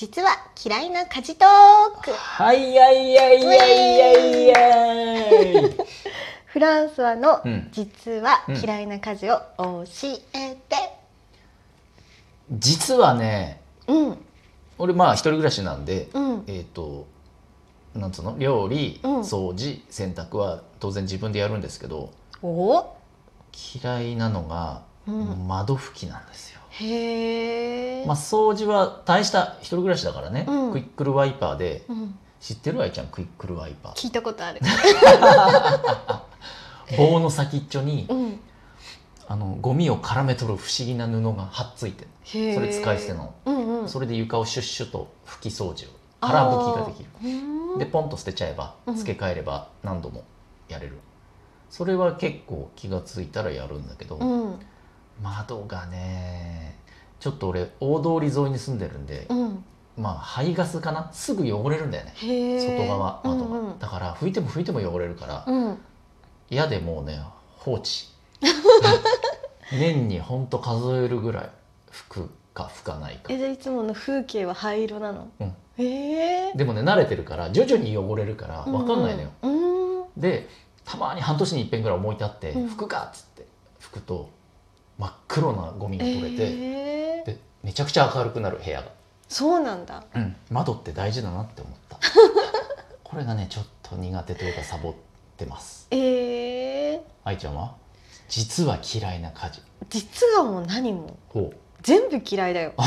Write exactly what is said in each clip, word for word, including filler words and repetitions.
実は嫌いな家事トーク。 はいやいやいやいやいやいフランソワのうん実は嫌いな家事を教えて。 実はね、 うん俺まあ一人暮らしなんで、 うんえっ、となんつうの、料理、 うん掃除、洗濯は当然自分でやるんですけど、 お嫌いなのがうん窓拭きなんですよ。 へえ、 まあ掃除は大した一人暮らしだからね、 うんクイックルワイパーで、 うん、 知ってる愛ちゃん、クイックルワイパー聞いたことある。 棒の先っちょにうん、 あのゴミを絡め取る不思議な布がはっついてる。 へーそれ使い捨ての、 うんうん、 それで床をシュッシュと拭き掃除を空拭きができる。 あーでポンと捨てちゃえばうん付け替えれば何度もやれる。それは結構気がついたらやるんだけど、 うん窓がね、ちょっと俺大通り沿いに住んでるんで、 うん、 まあ排ガスかな、すぐ汚れるんだよね、 へー外側窓が、 うんうん、 だから拭いても拭いても汚れるからうん、 嫌でもうね放置年にほんと数えるぐらい拭くか拭かないか。 え、じゃあいつもの風景は灰色なの？ うんへえ、 でもね慣れてるから徐々に汚れるから分かんないのよ、 うんうん、 でたまに半年に一遍ぐらい思い立ってうん拭くかっつって拭くと真っ黒なゴミが取れて、 えー、 でめちゃくちゃ明るくなる部屋が、 そうなんだ。 うん、窓って大事だなって思ったこれがねちょっと苦手というかサボってます。 えー、 愛ちゃんは実は嫌いな家事。 実はもう何もほう全部嫌いだよ。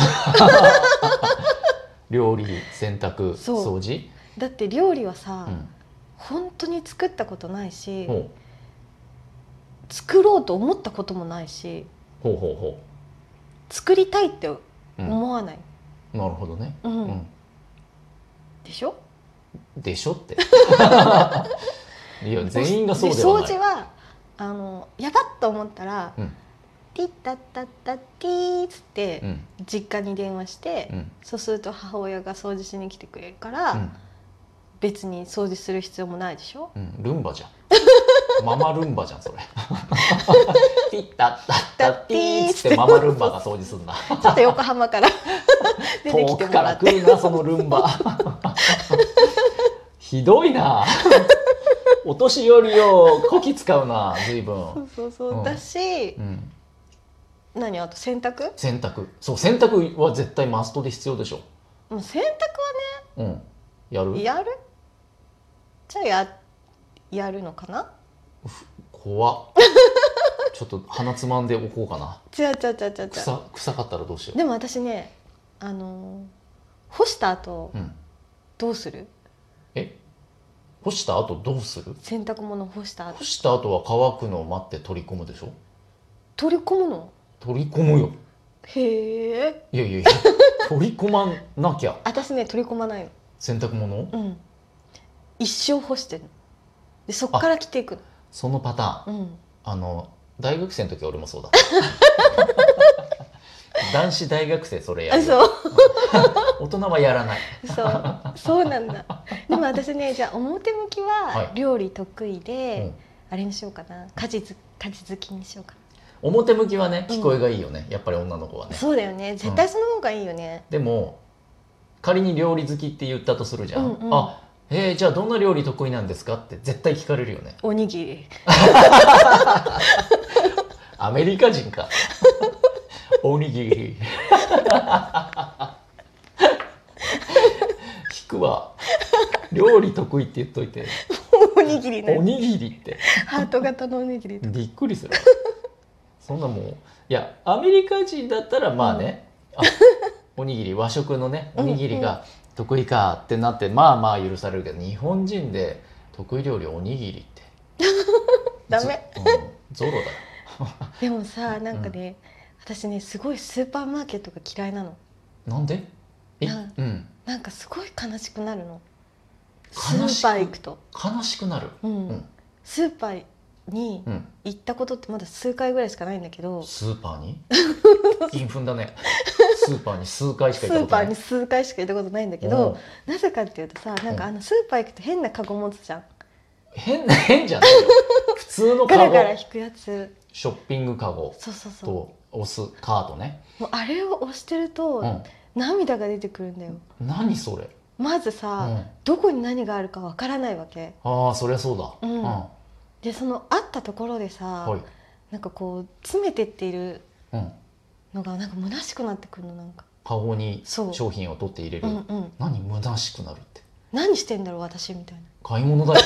料理、洗濯、 そう掃除、 だって料理はさ、 うん、 本当に作ったことないし、 ほ作ろうと思ったこともないし、 うほうほうほ作りたいってう、うん、 思わない、 なるほどね、 うんうん、 でしょ？ でしょっていや全員がそうではない。 掃除はあのやばっと思ったら、 うんティッタッタッタッティーっつって、 うん実家に電話して、 うんそうすると母親が掃除しに来てくれるから、 うん別に掃除する必要もないでしょ？ うん、ルンバじゃんママルンバじゃんそれピッタッタッタッティーっつってママルンバが掃除すんだちょっと横浜から出てき遠てくから来もらってるなそのルンバひどいなお年寄りをこき使うな随分。 そうそうそう、 うんだし、 うん何あと洗濯？ 洗濯、そう洗濯は絶対マストで必要でしょ。 もう洗濯うんやるはねやるじゃあややるのかな？ 怖っちょっと鼻つまんでおこうかな。 違う違う違う違う違う。 臭臭かったらどうしよう。 でも私ね、あのー干した後うん、 どうする？ え干した後どうする？ 洗濯物干した後干した後は乾くのを待って取り込むでしょ。 取り込むの？ 取り込むよ。 へえ。 いやいやいや取り込まなきゃ。 私ね取り込まないの。 洗濯物、 うん。一生干してるの。でそっから着ていくの。 そのパターン、 うん。 あの大学生の時は俺もそうだ男子大学生それやる。 あ、そう大人はやらない。 そうそうなんだ。でも私ね、じゃあ表向きははい料理得意で、 うんあれにしようかな、家事ず家事好きにしようかな。 表向きはね聞こえがいいよね、やっぱり女の子はね。 そうだよね、絶対その方がいいよね。 でも仮に料理好きって言ったとするじゃん、 うんうん、 あえー、じゃあどんな料理得意なんですかって絶対聞かれるよね。 おにぎり。 アメリカ人かおにぎり引くわ。料理得意って言っといておにぎりね。 おにぎりってハート型のおにぎり。 びっくりするそんなもういやアメリカ人だったらまあね、うん、あおにぎり和食のねおにぎりが得意かってなってまあまあ許されるけど、日本人で得意料理おにぎりってダメ、 うん、ゾロだよでもさ、なんかね、うん、私ねすごいスーパーマーケットが嫌いなの。 なんで？え、 なうん、 なんかすごい悲しくなるの。 悲しくスーパー行くと悲しくなる、 うんうん、 スーパーに行ったことってまだ数回ぐらいしかないんだけど、 スーパーにインフンだねスーパーに数回しかスー行ったことない。 パーに数回しか行ったことないんだけど、なぜかっていうとさ、なんかあのスーパー行くと変なカゴ持つじゃん。 変な変じゃないよ普通のカゴ、 ガラガラ引くやつ、 ショッピングカゴそうそうそう、 と押すカートね。 もうあれを押してると、 うん涙が出てくるんだよ。 何それ。 まずうさ、 ん、 どこに何があるかわからないわけ。 ああそりゃそうだ。 うんうんでそのあったところでさ、 はい。 なんかこう詰めてっているうん、 のがなんか虚しくなってくるの。なんかカゴにそう商品を取って入れる。 うんうん何虚しくなるって。 何してんだろう私みたいな。 買い物だよ。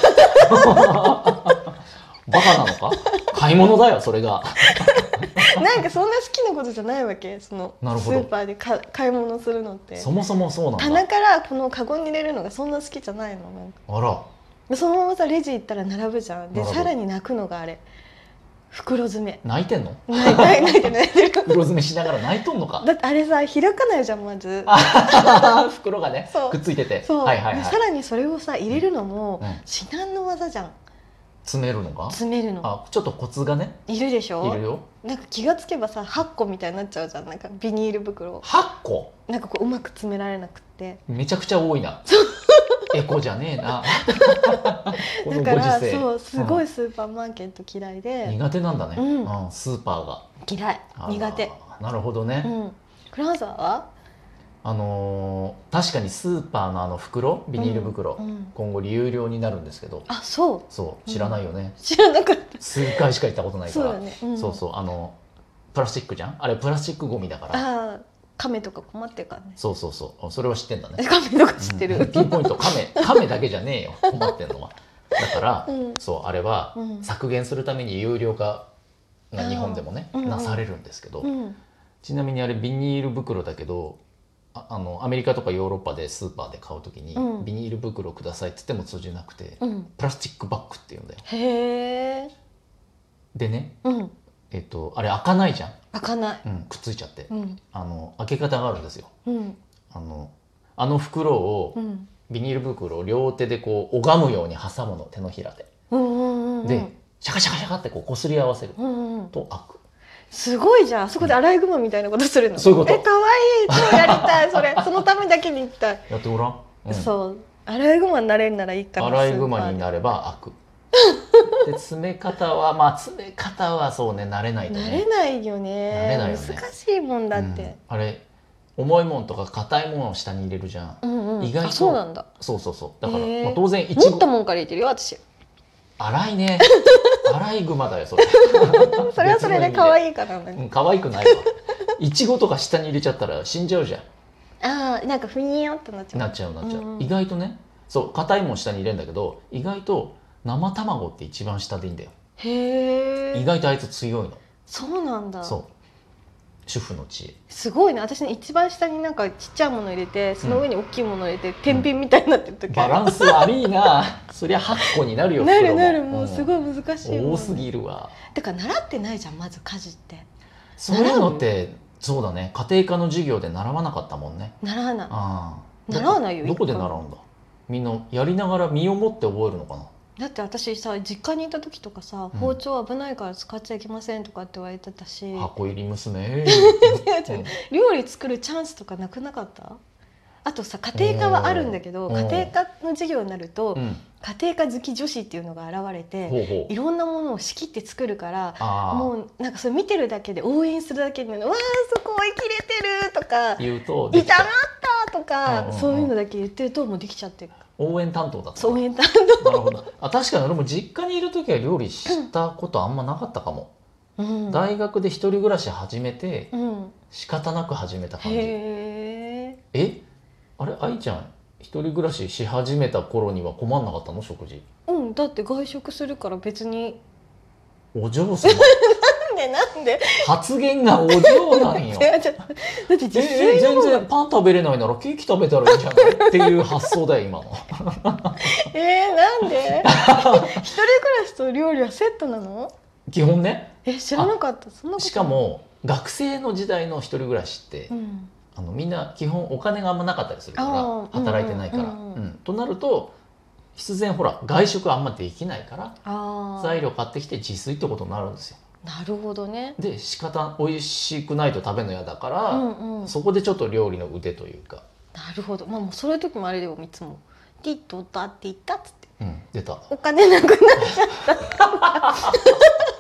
バカなのか。買い物だよそれが。 なんかそんな好きなことじゃないわけ。そのなるほどスーパーでか買い物するのってそもそもそうなんだ。 棚からこのカゴに入れるのがそんな好きじゃないの。なんかあら。 でそのままさレジ行ったら並ぶじゃん。で並ぶさらに泣くのがあれ袋詰め。 泣いてんの。 泣いて泣いて泣いてる。 袋詰めしながら泣いとんのか。 だってあれさ開かないじゃんまず。 袋がねそうくっついてて。 そう、 はいはいはい。 でさらにそれをさ入れるのもうん至難の技じゃん。 詰めるのが。 詰めるのあちょっとコツがねいるでしょ。 いるよ。 なんか気がつけばさはっこみたいになっちゃうじゃん。なんかビニール袋はっこ。 なんかこううまく詰められなくってめちゃくちゃ多いな。エコじゃねえな。このだからご時世。 そうすごういスーパーマーケット嫌いんで、 苦手なんだね。 うんうんスーパーが。 嫌いあら苦手。 なるほどね。 うんクラウザーはあのー確かにスーパーのあの袋ビニール袋、 うんうん今後有料になるんですけど。 あそうそう知らないよね。 知らなかった。 数回しか行ったことないから。 そうだね、うん、 そうそうあのプラスチックじゃんあれプラスチックゴミだから。 ああ亀とか困ってるからね。 そうそうそうそれは知ってんだね。 亀とか知ってる、 うんピンポイント亀亀だけじゃねえよ困ってんのは。だから、 うんそうあれはうん削減するために有料化が日本でもね、 あーうんうんなされるんですけど、 うんちなみにあれビニール袋だけどああのアメリカとかヨーロッパでスーパーで買うときに、 うんビニール袋くださいって言っても通じなくて、 うんプラスチックバッグって言うんだよ。 へえでね、 うんえっと、あれ開かないじゃん、 開かない。 うん、くっついちゃって、 うんあの開け方があるんですよ。 うんあのあの袋を、 うんビニール袋を両手でこう拝むように挟むの手のひらで、 うんうんうんでシャカシャカシャカってこう擦り合わせるうんうんと開く。 すごいじゃん。あそこでアライグマみたいなことするの。 そういうことえ可愛い超やりたいそれそのためだけに行きたい、 やってごらん、うん、 そうアライグマになれるならいいかな。 アライグマにるなれば開く。で詰め方はまあ詰め方はそうね慣れないとねなれないよね。 慣れないよね難しいもんだって、 うんあれ重いもんとか硬いものを下に入れるじゃん、 うんうん、 意外とあそうなんだ。 そうそうそうだから、 へーまあ、当然いち持ったごもんから入れてるよ私。 粗いねアライグマだよそれそれはそれで可い、 愛いかな。なんかうん、可愛くないわいちごとか下に入れちゃったら死んじゃうじゃん。 あーなんかふにゃってなっちゃう。 なっちゃうなっちゃう、 うんうん意外とねそう硬いもん下に入れるんだけど意外と生卵って一番下でいいんだよ。 へえ。 意外とあいつ強いの。 そうなんだ。 そう主婦の知恵。 すごいね。私ね一番下になんかちっちゃいもの入れてその上に大きいもの入れて、天秤みたいになってる時ある。 バランス悪いなそりゃはっこになるよなる袋もなるもうすいごい難しいもん、ね、 多すぎるわ。 てか習ってないじゃんまず家事って。 そういうのってそうだね家庭科の授業で習わなかったもんね。 習わない。 ああ習わないよどこで習うんだ。みんなやりながら身をもって覚えるのかな。 だって私さ実家にいた時とかさ、 うん包丁危ないから使っちゃいけませんとかって言われてたし、 箱入り娘、うん料理作るチャンスとかなくなかった？あとさ家庭科はあるんだけどうん家庭科の授業になると、 うん家庭科好き女子っていうのが現れて、 ほうほういろんなものを仕切って作るからあもうなんかそれ見てるだけで応援するだけで「うわーそこ追い切れてる」とかあ言うと 「 できた炒まった」とか、 うんうんうんそういうのだけ言ってるともうできちゃってる。 応援担当だった。 そう応援担なるほど。あ確かに俺も実家にいる時は料理したことあんまなかったかも、 当、うん、 大学で一人暮らし始めてうん、 仕方なく始めた感じ。 へえ。 えあれ愛ちゃん一人暮らしし始めた頃には困んなかったの食事。 うんだって外食するから別に。 お嬢様なんでなんで発言がお嬢なんよ違う違うだって実え際え全然パン食べれないならケーキ食べたらいいんじゃないっていう発想だよ今の。 えー、なんで一人暮らしと料理はセットなの？ 基本ね。 え知らなかった。そんなことしか、も学生の時代の一人暮らしって、 うん、 あのみんな基本お金があんまなかったりするかあらー働いてないから、 うんうんうんうんとなると必然ほら外食あんまできないからあ材料買ってきて自炊ってことになるんですよ。 なるほどね。 で仕方美味しくないと食べるの嫌だから、 うんうん、 そこでちょっと料理の腕というか、 なるほど。まあもうそういう時もあれでもいつも「ティットタって言った」っつってうん、出た。 お金なくなっちゃった。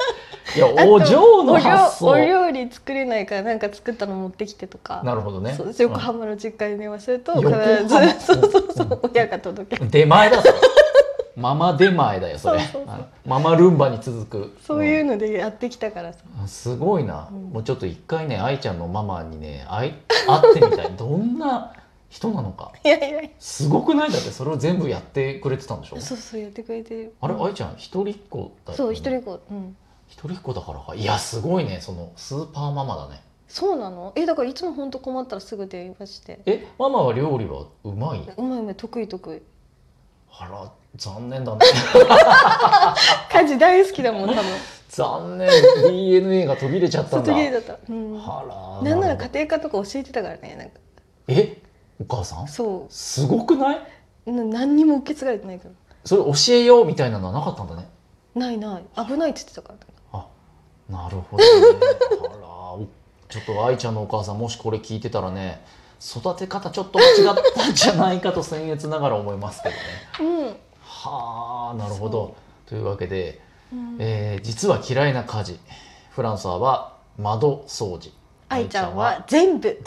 いやお嬢のあと発想お料お料理作れないからなんか作ったの持ってきてとか。 なるほどね。 そう横浜の実家に電話すると必横浜ずそうそうそう親が届ける。 出前だそれママ出前だよそれ。 そうそうそうあのママルンバに続く。 そういうのでやってきたからさ。 うんすごいな、 うんもうちょっと一回ね愛ちゃんのママにね会い会ってみたいどんな人なのか。 いやいやいすごくない？だってそれを全部やってくれてたんでしょや。そうそうやってくれてる。 あれうん愛ちゃん一人っ子だよね。 そう一人っ子。うん。 一人っ子だからか。いやすごいねそのスーパーママだね。 そうなの？えだからいつも本当困ったらすぐ電話して。 えママは料理はうまい？ うまいうまい得意得意。 あら残念だね家事大好きだもん多分。 残念 ディーエヌエー が途切れちゃったんだ。 途切れだった。うん。 あらなんならるほど家庭科とか教えてたからねなんか。 えお母さんそすごくない？ う。な何にも受け継がれてないから。 それ教えようみたいなのはなかったんだね。 ないない危ないって言ってたから。 あなるほどねあらおちょっと愛ちゃんのお母さんもしこれ聞いてたらね育て方ちょっと間違ったんじゃないかと僭越ながら思いますけどね。 うん。 はあなるほど。というわけで、 うんえー実は嫌いな家事フランソワは窓掃除愛ちゃんは全部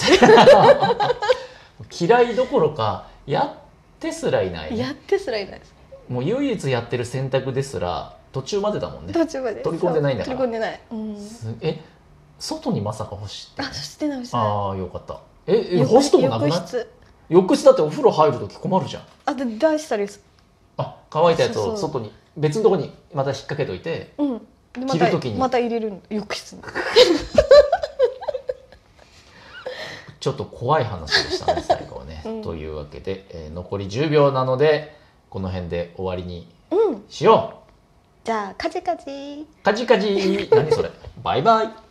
嫌いどころかやってすらいないね、 やってすらいないです。 もう唯一やってる選択ですら途中までだもんね。 途中まで取り込んでないんだから取り込んでない。うん。 すえ外にまさか干してあない？ してないしてない。 ああよかった。ええ干すとこなくない？ 浴室。 浴室だってお風呂入るとき困るじゃん。 あで出したりす。 あ乾いたやつそうそうを外に別のとこにまた引っ掛けといてうん。でまた着る時にまた入れるの浴室に。 ちょっと怖い話でしたね最後はね、 うんというわけで、えー残りじゅうびょうなのでこの辺で終わりにうん。 しよじゃあカジカジ。 う。カジカジ何それバイバイ。